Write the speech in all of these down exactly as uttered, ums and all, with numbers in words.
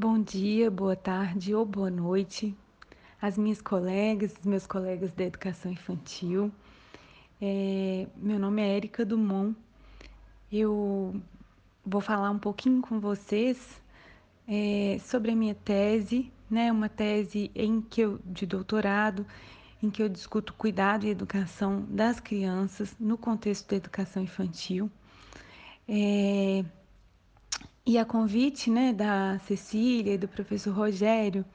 Bom dia, boa tarde ou boa noite às minhas colegas, meus colegas da educação infantil. É, meu nome é Érica Dumont. Eu vou falar um pouquinho com vocês é, sobre a minha tese, né? Uma tese em que eu, de doutorado, em que eu discuto cuidado e educação das crianças no contexto da educação infantil. É, e a convite, né, da Cecília e do professor Rogério,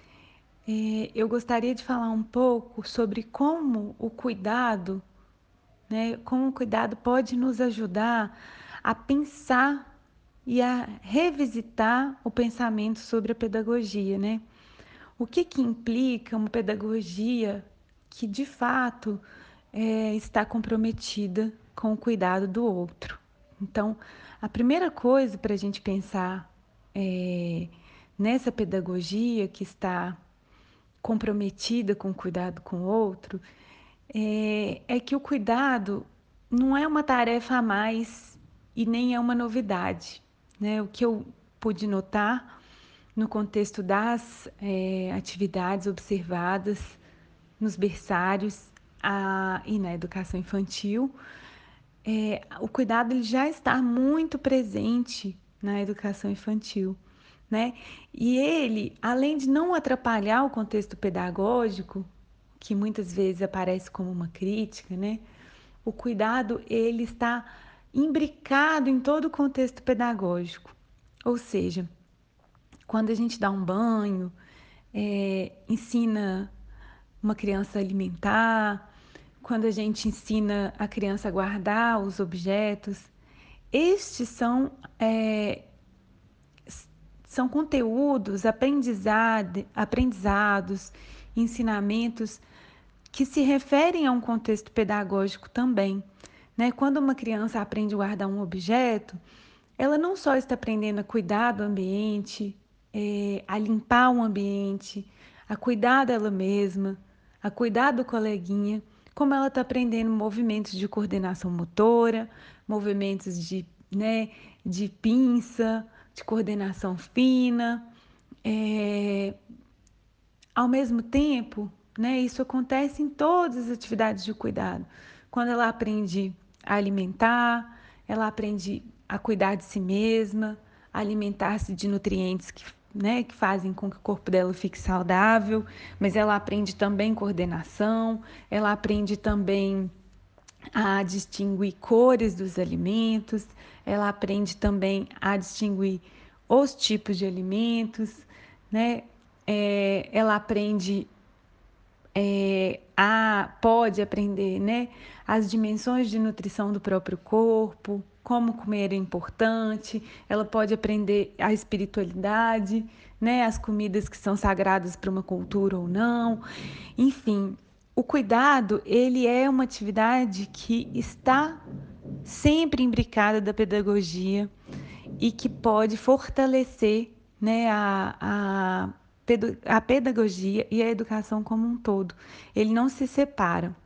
É, eu gostaria de falar um pouco sobre como o cuidado, né, como o cuidado pode nos ajudar a pensar e a revisitar o pensamento sobre a pedagogia, né? O que que implica uma pedagogia que de fato é, está comprometida com o cuidado do outro? Então, a primeira coisa para a gente pensar é, nessa pedagogia que está comprometida com o cuidado com o outro, é, é que o cuidado não é uma tarefa a mais e nem é uma novidade, né? O que eu pude notar no contexto das é, atividades observadas nos berçários a, e na educação infantil, é, o cuidado ele já está muito presente na educação infantil, né? E ele, além de não atrapalhar o contexto pedagógico, que muitas vezes aparece como uma crítica, né? O cuidado ele está imbricado em todo o contexto pedagógico. Ou seja, quando a gente dá um banho, é, ensina uma criança a alimentar, quando a gente ensina a criança a guardar os objetos, estes são, é, são conteúdos, aprendizado, aprendizados, ensinamentos que se referem a um contexto pedagógico também. Né? Quando uma criança aprende a guardar um objeto, ela não só está aprendendo a cuidar do ambiente, é, a limpar o ambiente, a cuidar dela mesma, a cuidar do coleguinha, como ela está aprendendo movimentos de coordenação motora, movimentos de, né, de pinça, de coordenação fina. É, ao mesmo tempo, né, isso acontece em todas as atividades de cuidado. Quando ela aprende a alimentar, ela aprende a cuidar de si mesma, a alimentar-se de nutrientes que, né, que fazem com que o corpo dela fique saudável, mas ela aprende também coordenação, ela aprende também a distinguir cores dos alimentos, ela aprende também a distinguir os tipos de alimentos, né? É, ela aprende é, a pode aprender, né, as dimensões de nutrição do próprio corpo, como comer é importante, ela pode aprender a espiritualidade, né, as comidas que são sagradas para uma cultura ou não. Enfim, o cuidado, ele é uma atividade que está sempre imbricada da pedagogia e que pode fortalecer, né, a, a, a pedagogia e a educação como um todo. Ele não se separa.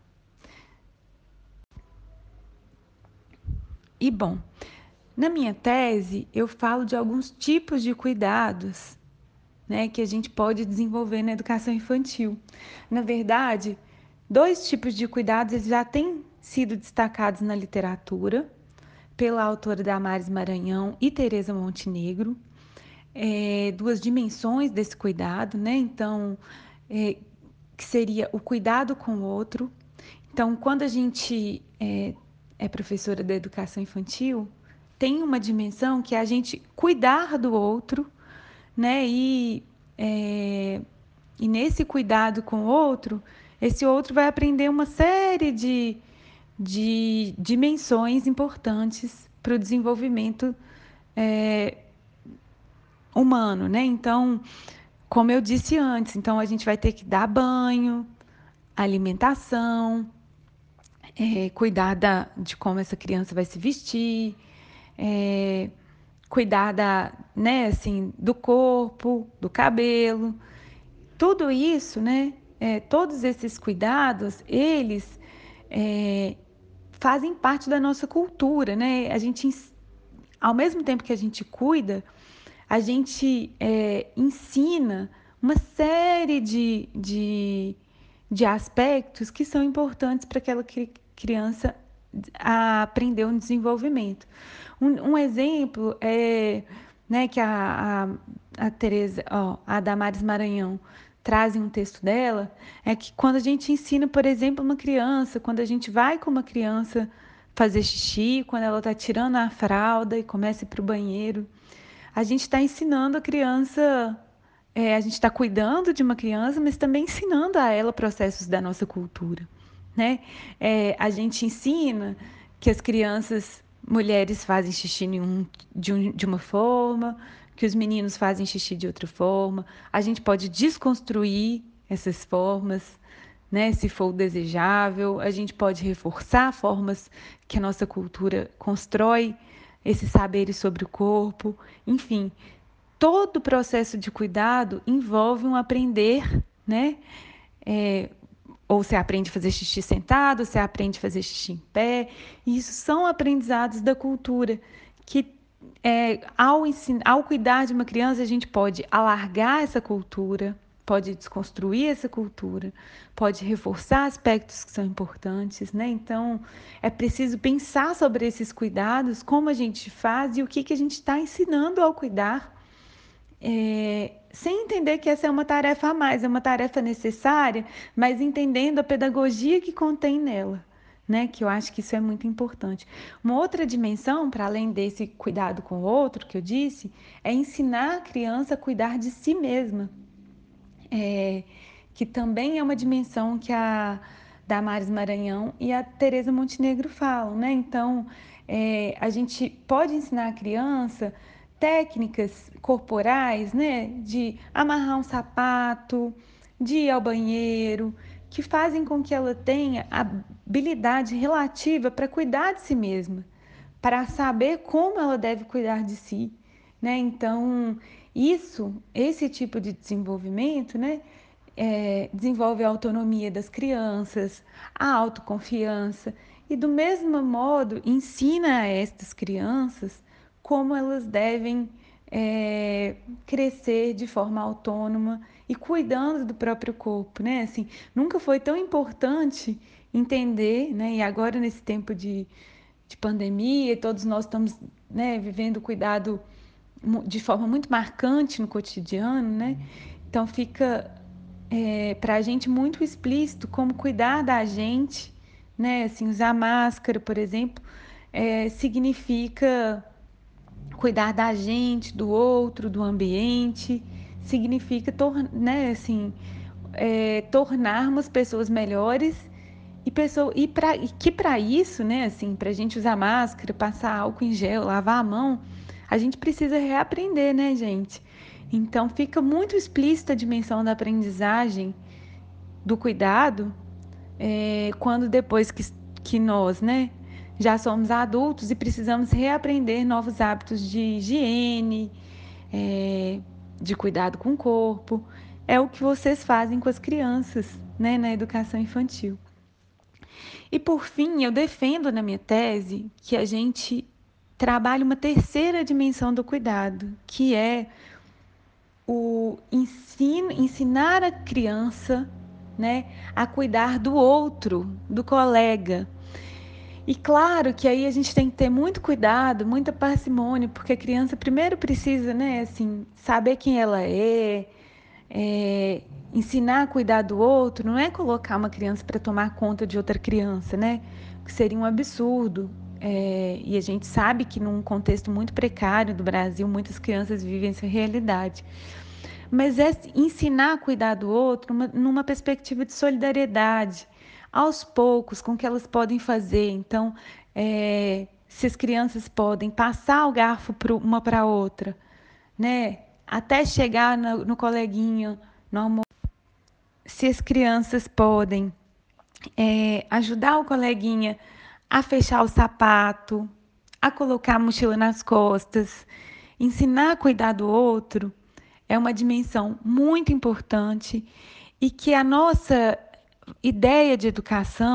E, bom, na minha tese, eu falo de alguns tipos de cuidados, né, que a gente pode desenvolver na educação infantil. Na verdade, dois tipos de cuidados eles já têm sido destacados na literatura pela autora Damares Maranhão e Teresa Montenegro, é, duas dimensões desse cuidado, né? Então, é, que seria o cuidado com o outro. Então, quando a gente é, é professora da educação infantil, tem uma dimensão que é a gente cuidar do outro, né? E, é, e nesse cuidado com o outro, esse outro vai aprender uma série de, de dimensões importantes para o desenvolvimento é, humano, né? Então, como eu disse antes, então a gente vai ter que dar banho, alimentação, é, cuidar da, de como essa criança vai se vestir, é, cuidar da, né, assim, do corpo, do cabelo, tudo isso, né? É, todos esses cuidados, eles é, fazem parte da nossa cultura, né? A gente, ao mesmo tempo que a gente cuida, a gente é, ensina uma série de, de, de aspectos que são importantes para aquela criança aprender um desenvolvimento. Um, um exemplo é, né, que a, a, a Tereza, ó, a Damares Maranhão traz em um texto dela, é que quando a gente ensina, por exemplo, uma criança, quando a gente vai com uma criança fazer xixi, quando ela está tirando a fralda e começa a ir para o banheiro, a gente está ensinando a criança, é, a gente está cuidando de uma criança, mas também ensinando a ela processos da nossa cultura, né? É, a gente ensina que as crianças, mulheres fazem xixi em um, de, um, de uma forma, que os meninos fazem xixi de outra forma. A gente pode desconstruir essas formas, né, se for o desejável. A gente pode reforçar formas que a nossa cultura constrói esses saberes sobre o corpo. Enfim, todo o processo de cuidado envolve um aprender, né? É, ou você aprende a fazer xixi sentado, você aprende a fazer xixi em pé. E isso são aprendizados da cultura que, é, ao, ensinar, ao cuidar de uma criança, a gente pode alargar essa cultura, pode desconstruir essa cultura, pode reforçar aspectos que são importantes, né? Então, é preciso pensar sobre esses cuidados, como a gente faz e o que, que a gente está ensinando ao cuidar, é, sem entender que essa é uma tarefa a mais, é uma tarefa necessária, mas entendendo a pedagogia que contém nela, né? Que eu acho que isso é muito importante. Uma outra dimensão, para além desse cuidado com o outro que eu disse, é ensinar a criança a cuidar de si mesma, é, que também é uma dimensão que a Damares Maranhão e a Tereza Montenegro falam, né? Então, é, a gente pode ensinar a criança técnicas corporais, né? De amarrar um sapato, de ir ao banheiro, que fazem com que ela tenha habilidade relativa para cuidar de si mesma, para saber como ela deve cuidar de si, né? Então, isso, esse tipo de desenvolvimento, né, é, desenvolve a autonomia das crianças, a autoconfiança e, do mesmo modo, ensina a estas crianças como elas devem é, crescer de forma autônoma e cuidando do próprio corpo, né? Assim, nunca foi tão importante entender, né? E agora nesse tempo de, de pandemia, todos nós estamos, né, vivendo o cuidado de forma muito marcante no cotidiano, né? Então fica é, para a gente muito explícito como cuidar da gente, né? Assim, usar máscara, por exemplo, é, significa cuidar da gente, do outro, do ambiente, significa né, assim, é, tornarmos pessoas melhores e, pessoa, e, pra, e que para isso, né, assim, para a gente usar máscara, passar álcool em gel, lavar a mão, a gente precisa reaprender, né, gente? Então fica muito explícita a dimensão da aprendizagem, do cuidado, é, quando depois que, que nós, né, já somos adultos e precisamos reaprender novos hábitos de higiene, é, de cuidado com o corpo. É o que vocês fazem com as crianças, né, na educação infantil. E por fim, eu defendo na minha tese que a gente trabalhe uma terceira dimensão do cuidado, que é o ensino, ensinar a criança, né, a cuidar do outro, do colega. E claro que aí a gente tem que ter muito cuidado, muita parcimônia, porque a criança primeiro precisa, né, assim, saber quem ela é, é, ensinar a cuidar do outro, não é colocar uma criança para tomar conta de outra criança, né? Que seria um absurdo. É, e a gente sabe que num contexto muito precário do Brasil, muitas crianças vivem essa realidade. Mas é ensinar a cuidar do outro numa, numa perspectiva de solidariedade, aos poucos, com o que elas podem fazer. Então, é, se as crianças podem passar o garfo pro, uma para a outra, né? Até chegar no, no coleguinha, no almoço. Se as crianças podem é, ajudar o coleguinha a fechar o sapato, a colocar a mochila nas costas, ensinar a cuidar do outro, é uma dimensão muito importante e que a nossa ideia de educação,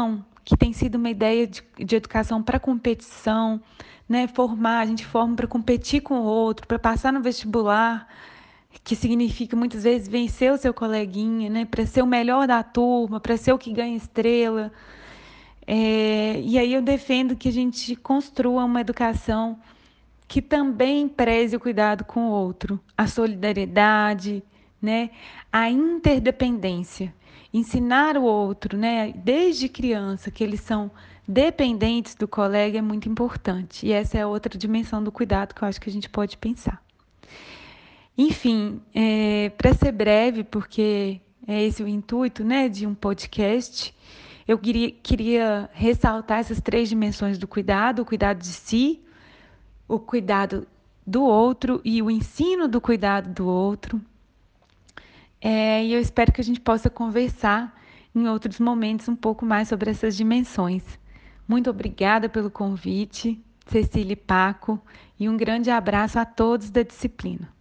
que tem sido uma ideia de, de educação para competição, né? Formar, a gente forma para competir com o outro, para passar no vestibular, que significa muitas vezes vencer o seu coleguinha, né? Para ser o melhor da turma, para ser o que ganha estrela. É, e aí eu defendo que a gente construa uma educação que também preze o cuidado com o outro, a solidariedade, né? A interdependência. Ensinar o outro, né? Desde criança, que eles são dependentes do colega é muito importante. E essa é outra dimensão do cuidado que eu acho que a gente pode pensar. Enfim, é, para ser breve, porque é esse o intuito, né, de um podcast, eu queria, queria ressaltar essas três dimensões do cuidado: o cuidado de si, o cuidado do outro e o ensino do cuidado do outro. É, e eu espero que a gente possa conversar em outros momentos um pouco mais sobre essas dimensões. Muito obrigada pelo convite, Cecília e Paco, e um grande abraço a todos da disciplina.